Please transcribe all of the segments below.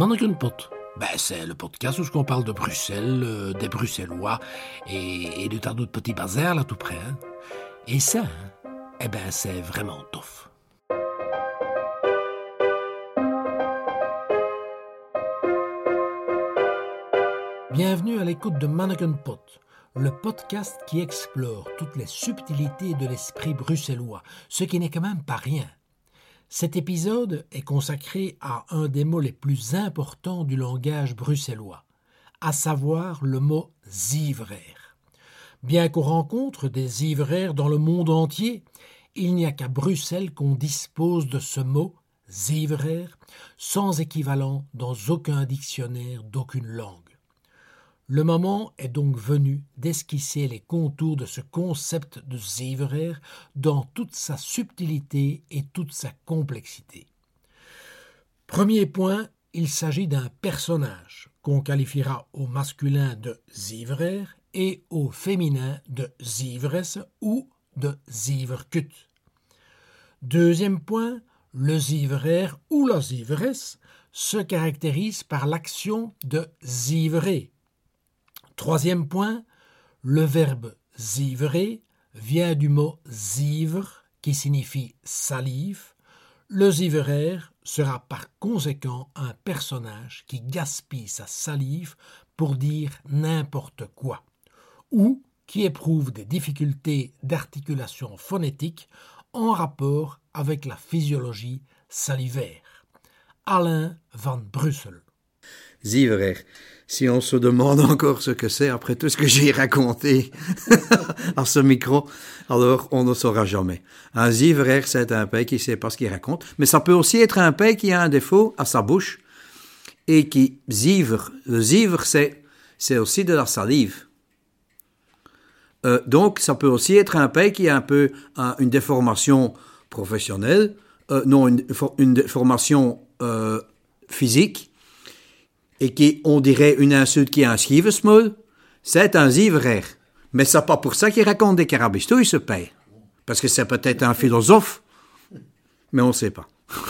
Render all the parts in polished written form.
Manneken-pot, c'est le podcast où on parle de Bruxelles, des Bruxellois et de tas d'autres petits bazars là tout près. Hein. Et ça, c'est vraiment tough. Bienvenue à l'écoute de Manneken-pot, le podcast qui explore toutes les subtilités de l'esprit bruxellois, ce qui n'est quand même pas rien. Cet épisode est consacré à un des mots les plus importants du langage bruxellois, à savoir le mot « zivraire ». Bien qu'on rencontre des zivraires dans le monde entier, il n'y a qu'à Bruxelles qu'on dispose de ce mot « zivraire » sans équivalent dans aucun dictionnaire d'aucune langue. Le moment est donc venu d'esquisser les contours de ce concept de zivraire dans toute sa subtilité et toute sa complexité. Premier point, il s'agit d'un personnage qu'on qualifiera au masculin de zivraire et au féminin de zivresse ou de ziverkut. Deuxième point, le zivraire ou la zivresse se caractérise par l'action de zivrer. Troisième point, le verbe zivrer vient du mot zivre qui signifie salive. Le zivraire sera par conséquent un personnage qui gaspille sa salive pour dire n'importe quoi ou qui éprouve des difficultés d'articulation phonétique en rapport avec la physiologie salivaire. Alain van Brussel. Zivraire. Si on se demande encore ce que c'est après tout ce que j'ai raconté à ce micro, alors on ne saura jamais. Un zivraire, c'est un père qui ne sait pas ce qu'il raconte, mais ça peut aussi être un père qui a un défaut à sa bouche et qui zivre. Le zivre, c'est aussi de la salive. Donc, ça peut aussi être un père qui a un peu une déformation professionnelle, une déformation physique, et qui, on dirait une insulte qui est un schivesmol, c'est un zivraire. Mais c'est pas pour ça qu'il raconte des carabistouilles, ce père. Parce que c'est peut-être un philosophe, mais on ne sait pas.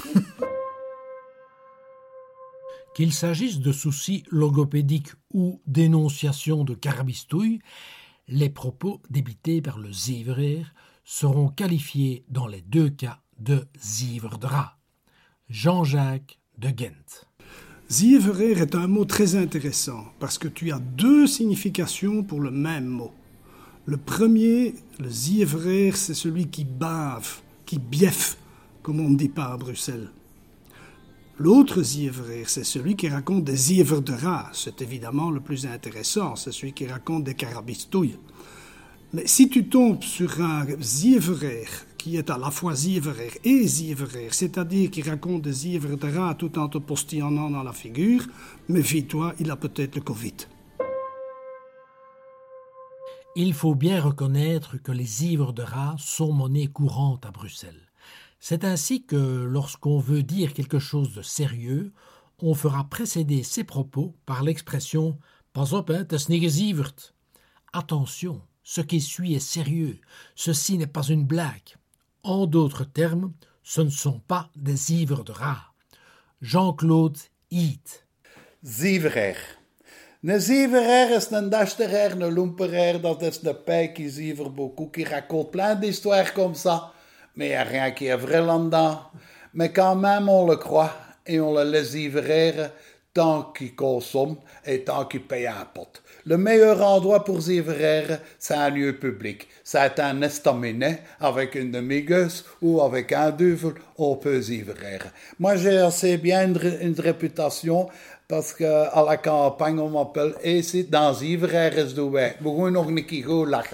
Qu'il s'agisse de soucis logopédiques ou d'énonciation de carabistouilles, les propos débités par le zivraire seront qualifiés dans les deux cas de ziverdra. Jean-Jacques de Ghent. Zivraire est un mot très intéressant parce que tu as deux significations pour le même mot. Le premier, le zivraire, c'est celui qui bave, qui bieffe, comme on ne dit pas à Bruxelles. L'autre zivraire, c'est celui qui raconte des zivres de rats. C'est évidemment le plus intéressant, c'est celui qui raconte des carabistouilles. Mais si tu tombes sur un zivraire qui est à la fois zivraire et zivraire, c'est-à-dire qui raconte des zivres de rats tout en te postillonnant dans la figure, méfie-toi, il a peut-être le Covid. Il faut bien reconnaître que les zivres de rats sont monnaie courante à Bruxelles. C'est ainsi que, lorsqu'on veut dire quelque chose de sérieux, on fera précéder ses propos par l'expression « Pas op, hein, t'es niet geziverd ». Attention, ce qui suit est sérieux, ceci n'est pas une blague. En d'autres termes, ce ne sont pas des zivres de rats. Jean-Claude Hiet. Ziverair. Een ziverair is een dasterair, een loemperair, dat is een père qui zivre beaucoup, qui raconte plein d'histoires comme ça, mais il n'y a rien qui est vrai là-dedans. Mais quand même, on le croit et on le laisse zivrer tant qu'il consomme et tant qu'il paye un pot. Le meilleur endroit pour zivrer, c'est un lieu public. C'est un estaminet avec une demi-gueuse ou avec un duvel, on peut zivrer. Moi, j'ai assez bien une réputation parce qu'à la campagne, on m'appelle « Et c'est dans zivrer is de weg. We gaan nog een keer goed lachen. »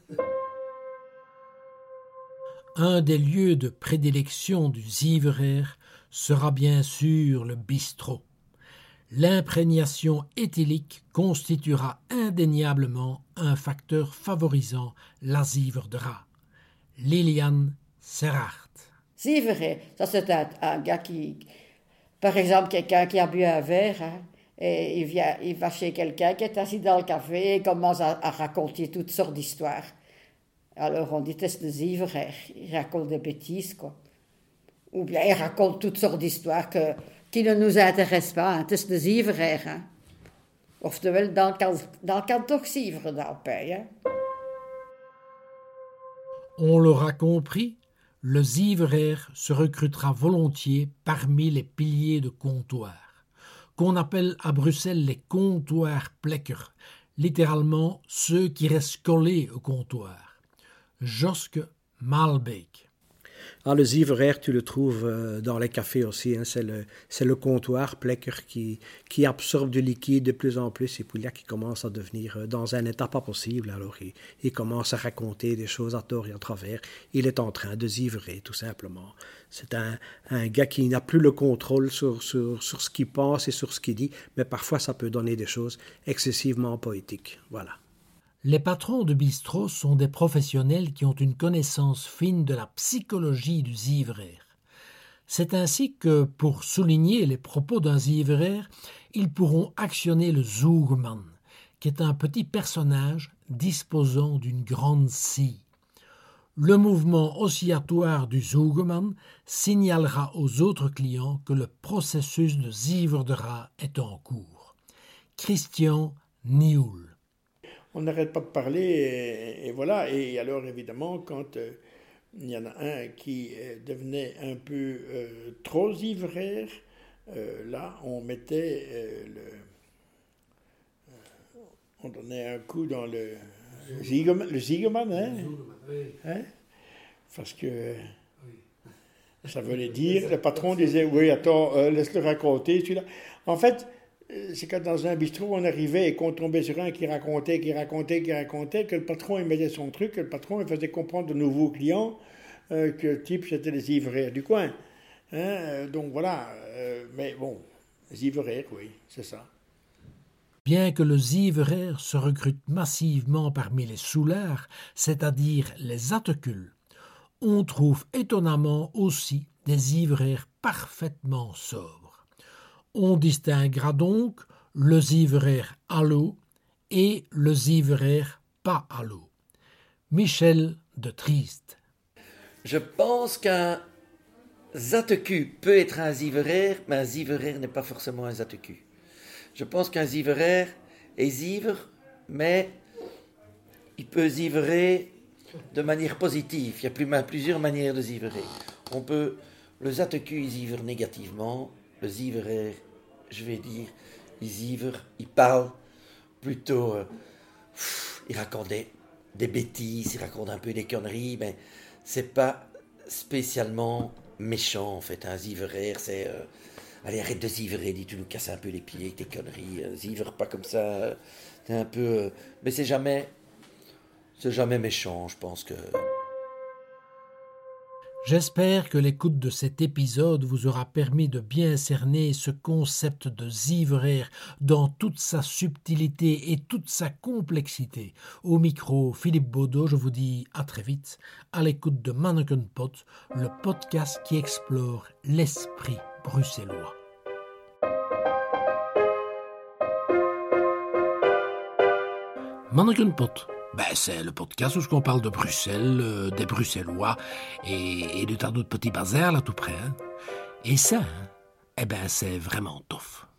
Un des lieux de prédilection du zivraire sera bien sûr le bistrot. L'imprégnation éthylique constituera indéniablement un facteur favorisant la zivre de rat. Liliane Serraert. Zivrer, ça c'est un gars qui, par exemple, quelqu'un qui a bu un verre, hein, et il va chez quelqu'un qui est assis dans le café et commence à raconter toutes sortes d'histoires. Alors on dit c'est le zivrer, il raconte des bêtises, quoi. Ou bien il raconte toutes sortes d'histoires que qui ne nous intéresse pas. Het is de zieverheer. Hein. Oftewel, dan kan toch zieveren daarbij. Hein. On l'aura compris, le zieverheer se recrutera volontiers parmi les piliers de comptoir, qu'on appelle à Bruxelles les comptoirs-plekkers, littéralement ceux qui restent collés au comptoir. Joske Maalbeek. Ah, le zieverheer, tu le trouves dans les cafés aussi. Hein. C'est le comptoir plekker qui absorbe du liquide de plus en plus et puis là qui commence à devenir dans un état pas possible. Alors il commence à raconter des choses à tort et à travers. Il est en train de zieverer tout simplement. C'est un gars qui n'a plus le contrôle sur ce qu'il pense et sur ce qu'il dit, mais parfois ça peut donner des choses excessivement poétiques. Voilà. Les patrons de bistrot sont des professionnels qui ont une connaissance fine de la psychologie du zieverheer. C'est ainsi que, pour souligner les propos d'un zieverheer, ils pourront actionner le zoogman, qui est un petit personnage disposant d'une grande scie. Le mouvement oscillatoire du zoogman signalera aux autres clients que le processus de zieverdera est en cours. Christian Nioul. On n'arrête pas de parler et voilà. Et alors évidemment, quand il y en a un qui devenait un peu trop zieverheer, là on mettait on donnait un coup dans le ziegerman, hein? Hein? Parce que ça voulait dire, le patron disait, oui, attends, laisse-le raconter, celui-là. En fait, c'est quand dans un bistrot, on arrivait et qu'on tombait sur un qui racontait, que le patron il mettait son truc, que le patron il faisait comprendre de nouveaux clients que le type c'était les zieverheers du coin. Hein? Donc voilà, mais bon, zieverheer, oui, c'est ça. Bien que le zieverheer se recrute massivement parmi les soulards, c'est-à-dire les atteculs, on trouve étonnamment aussi des zieverheers parfaitement sobres. On distinguera donc le zieverheer à l'eau et le zieverheer pas à l'eau. Michel de Triest. Je pense qu'un zattecu peut être un zieverheer, mais un zieverheer n'est pas forcément un zattecu. Je pense qu'un zieverheer est zievre, mais il peut zieverer de manière positive. Il y a plusieurs manières de zieverer. Le zattecu, il zivre négativement. Le zieverheer, je vais dire, il zivre, il parle plutôt, il raconte des bêtises, il raconte un peu des conneries, mais c'est pas spécialement méchant en fait. Un zieverheer, c'est allez, arrête de zivrer, dis, tu nous casses un peu les pieds avec tes conneries, zivre pas comme ça, c'est un peu, mais c'est jamais méchant, je pense que. J'espère que l'écoute de cet épisode vous aura permis de bien cerner ce concept de zieverheer dans toute sa subtilité et toute sa complexité. Au micro, Philippe Baudot, je vous dis à très vite, à l'écoute de Manneken Pot, le podcast qui explore l'esprit bruxellois. Manneken Pot. C'est le podcast où on parle de Bruxelles, des Bruxellois et de tas d'autres petits bazars là tout près. Hein. Et ça, c'est vraiment tough.